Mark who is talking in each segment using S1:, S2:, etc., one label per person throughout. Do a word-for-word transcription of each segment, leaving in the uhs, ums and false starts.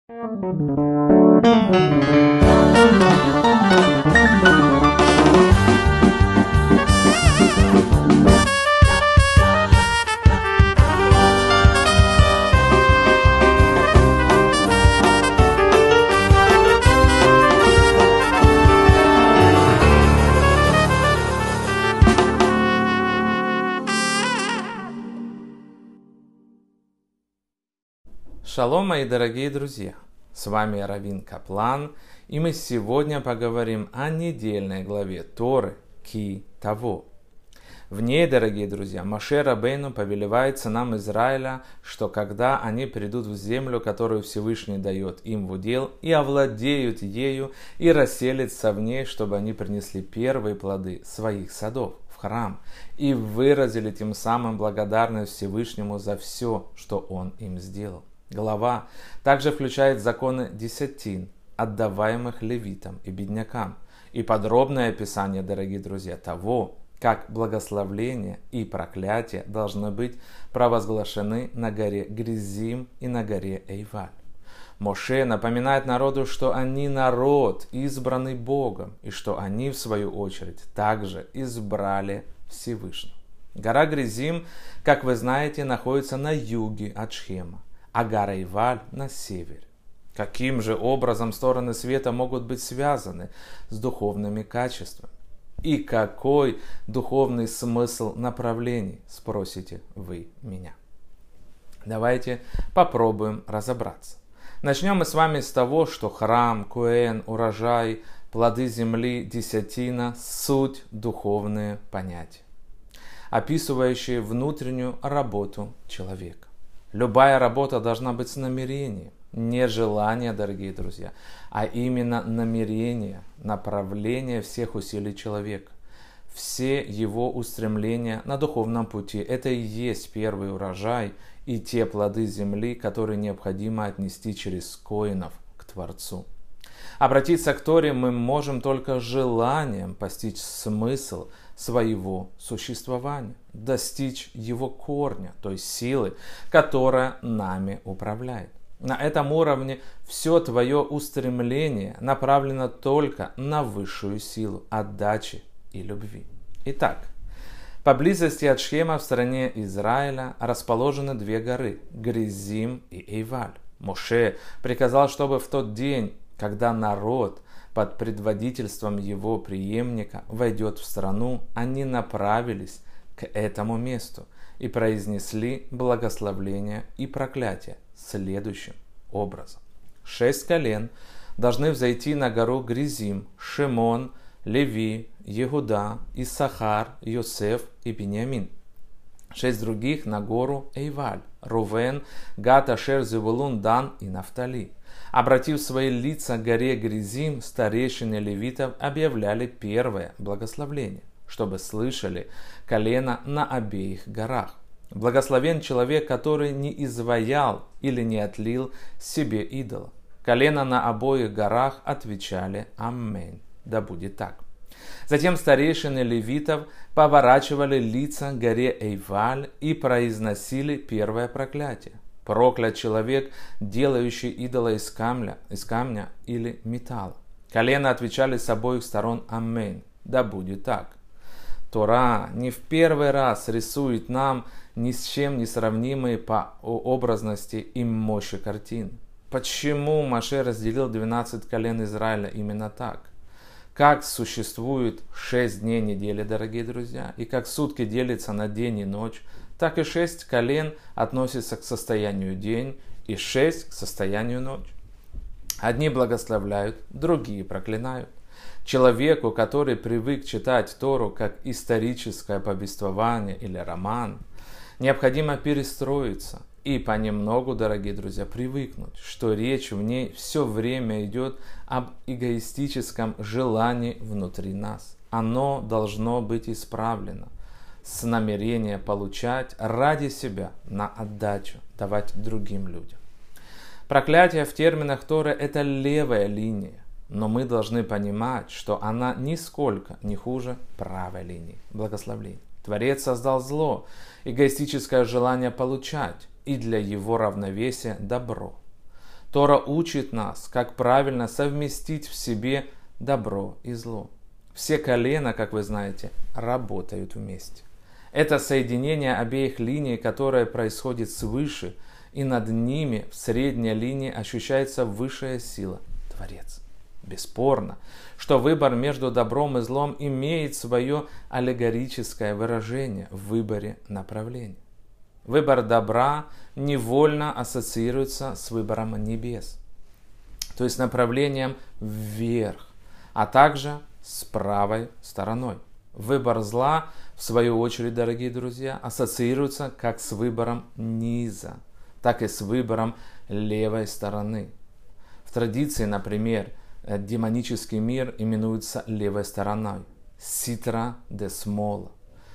S1: Шалом, мои дорогие друзья! С вами Равин Каплан, и мы сегодня поговорим о недельной главе Торы Ки Таво. В ней, дорогие друзья, Моше Рабейну повелевает сынам Израиля, что когда они придут в землю, которую Всевышний дает им в удел, и овладеют ею, и расселятся в ней, чтобы они принесли первые плоды своих садов в храм, и выразили тем самым благодарность Всевышнему за все, что Он им сделал. Глава также включает законы десятин, отдаваемых левитам и беднякам, и подробное описание, дорогие друзья, того, как благословление и проклятие должны быть провозглашены на горе Гризим и на горе Эйваль. Моше напоминает народу, что они народ, избранный Богом, и что они, в свою очередь, также избрали Всевышнего. Гора Гризим, как вы знаете, находится на юге от Шхема, а гора Эйваль на севере. Каким же образом стороны света могут быть связаны с духовными качествами? И какой духовный смысл направлений, спросите вы меня? Давайте попробуем разобраться. Начнем мы с вами с того, что храм, коэн, урожай, плоды земли, десятина – суть духовные понятия, описывающие внутреннюю работу человека. Любая работа должна быть с намерением, не желание, дорогие друзья, а именно намерение, направление всех усилий человека. Все его устремления на духовном пути – это и есть первый урожай и те плоды земли, которые необходимо отнести через коинов к Творцу. Обратиться к Торе мы можем только желанием постичь смысл своего существования, достичь его корня, той силы, которая нами управляет. На этом уровне все твое устремление направлено только на высшую силу отдачи и любви. Итак, поблизости от Шхема в стране Израиля расположены две горы – Гризим и Эйваль. Моше приказал, чтобы в тот день, когда народ под предводительством его преемника войдет в страну, они направились к этому месту и произнесли благословление и проклятие следующим образом. Шесть колен должны взойти на гору Гризим: Шимон, Леви, Егуда, Иссахар, Йосеф и Биньямин. Шесть других на гору Эйваль: Рувен, Гад, Ашер, Зевулун, Дан и Нафтали. Обратив свои лица к горе Гризим, старейшины левитов объявляли первое благословление, чтобы слышали колено на обеих горах. Благословен человек, который не изваял или не отлил себе идола. Колено на обоих горах отвечали «Аминь». Да будет так. Затем старейшины левитов поворачивали лица к горе Эйваль и произносили первое проклятие. Проклят человек, делающий идола из камня, из камня или металла. Колено отвечали с обоих сторон «Аминь». Да будет так. Тора не в первый раз рисует нам ни с чем не сравнимые по образности и мощи картины. Почему Моше разделил двенадцать колен Израиля именно так? Как существует шесть дней недели, дорогие друзья, и как сутки делятся на день и ночь, так и шесть колен относятся к состоянию день и шесть к состоянию ночь. Одни благословляют, другие проклинают. Человеку, который привык читать Тору как историческое повествование или роман, необходимо перестроиться и понемногу, дорогие друзья, привыкнуть, что речь в ней все время идет об эгоистическом желании внутри нас. Оно должно быть исправлено с намерения получать ради себя на отдачу, давать другим людям. Проклятие в терминах Торы – это левая линия, но мы должны понимать, что она нисколько не хуже правой линии благословений. Творец создал зло, эгоистическое желание получать, и для его равновесия добро. Тора учит нас, как правильно совместить в себе добро и зло. Все колена, как вы знаете, работают вместе. Это соединение обеих линий, которое происходит свыше, и над ними в средней линии ощущается высшая сила – Творец. Бесспорно, что выбор между добром и злом имеет свое аллегорическое выражение в выборе направления. Выбор добра невольно ассоциируется с выбором небес, то есть направлением вверх, а также с правой стороной. Выбор зла, в свою очередь, дорогие друзья, ассоциируется как с выбором низа, так и с выбором левой стороны. В традиции, например, демонический мир именуется левой стороной – ситра де смола.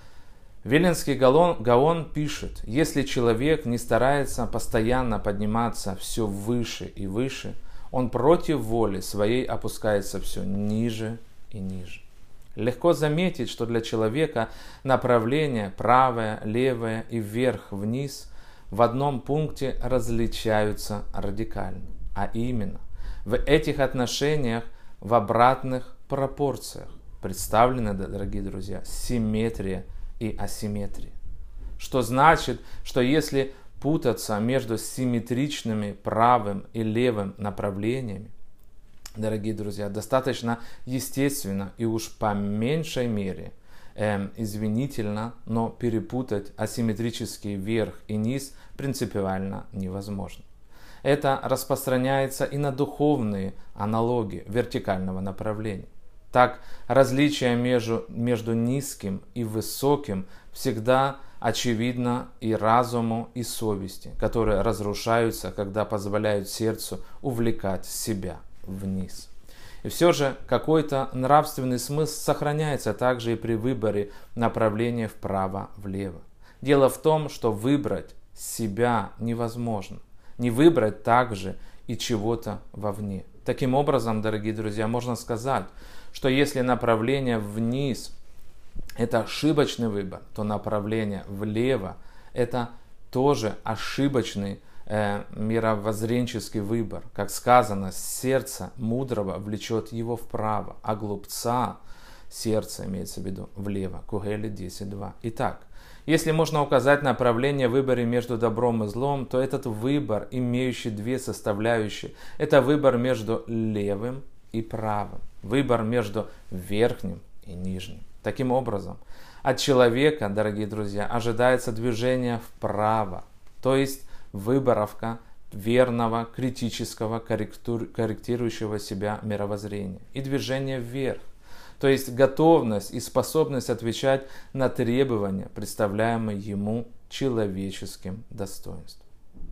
S1: Виленский Гаон пишет: если человек не старается постоянно подниматься все выше и выше, он против воли своей опускается все ниже и ниже. Легко заметить, что для человека направление правое, левое и вверх-вниз в одном пункте различаются радикально, а именно в этих отношениях в обратных пропорциях представлены, дорогие друзья, симметрия и асимметрия. Что значит, что если путаться между симметричными правым и левым направлениями, дорогие друзья, достаточно естественно и уж по меньшей мере э, извинительно, но перепутать асимметрический верх и низ принципиально невозможно. Это распространяется и на духовные аналоги вертикального направления. Так, различие между, между низким и высоким всегда очевидно и разуму, и совести, которые разрушаются, когда позволяют сердцу увлекать себя вниз. И все же какой-то нравственный смысл сохраняется также и при выборе направления вправо-влево. Дело в том, что выбрать себя невозможно, не выбрать также и чего-то вовне. Таким образом, дорогие друзья, можно сказать, что если направление вниз – это ошибочный выбор, то направление влево – это тоже ошибочный э, мировоззренческий выбор. Как сказано, сердце мудрого влечет его вправо, а глупца сердце, имеется в виду, влево. Кугелет десять два. Итак, если можно указать направление в выборе между добром и злом, то этот выбор, имеющий две составляющие, это выбор между левым и правым, выбор между верхним и нижним. Таким образом, от человека, дорогие друзья, ожидается движение вправо, то есть выборовка верного, критического, корректирующего себя мировоззрения, и движение вверх, то есть готовность и способность отвечать на требования, представляемые ему человеческим достоинством.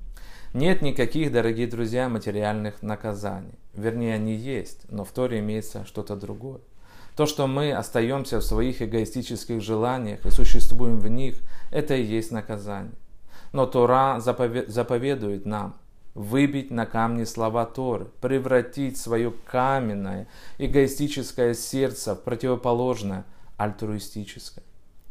S1: Нет никаких, дорогие друзья, материальных наказаний. Вернее, они есть, но в Торе имеется что-то другое. То, что мы остаемся в своих эгоистических желаниях и существуем в них, это и есть наказание. Но Тора заповедует нам выбить на камни слова Торы, превратить свое каменное эгоистическое сердце в противоположное альтруистическое.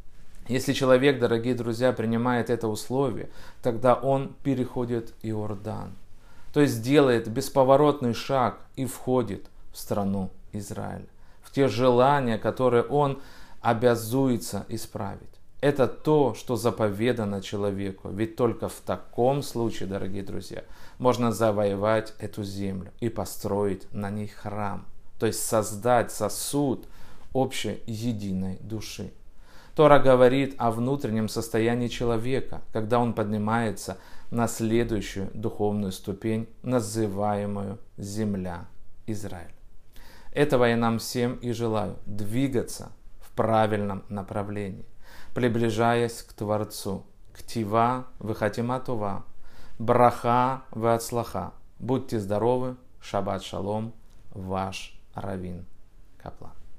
S1: Если человек, дорогие друзья, принимает это условие, тогда он переходит Иордан, то есть делает бесповоротный шаг и входит в страну Израиля, в те желания, которые он обязуется исправить. Это то, что заповедано человеку, ведь только в таком случае, дорогие друзья, можно завоевать эту землю и построить на ней храм, то есть создать сосуд общей единой души. Тора говорит о внутреннем состоянии человека, когда он поднимается на следующую духовную ступень, называемую земля Израиль. Этого я нам всем и желаю, двигаться в правильном направлении, приближаясь к Творцу, к Тива вехатима това, браха веацлаха. Будьте здоровы, шаббат шалом, ваш Равин Каплан.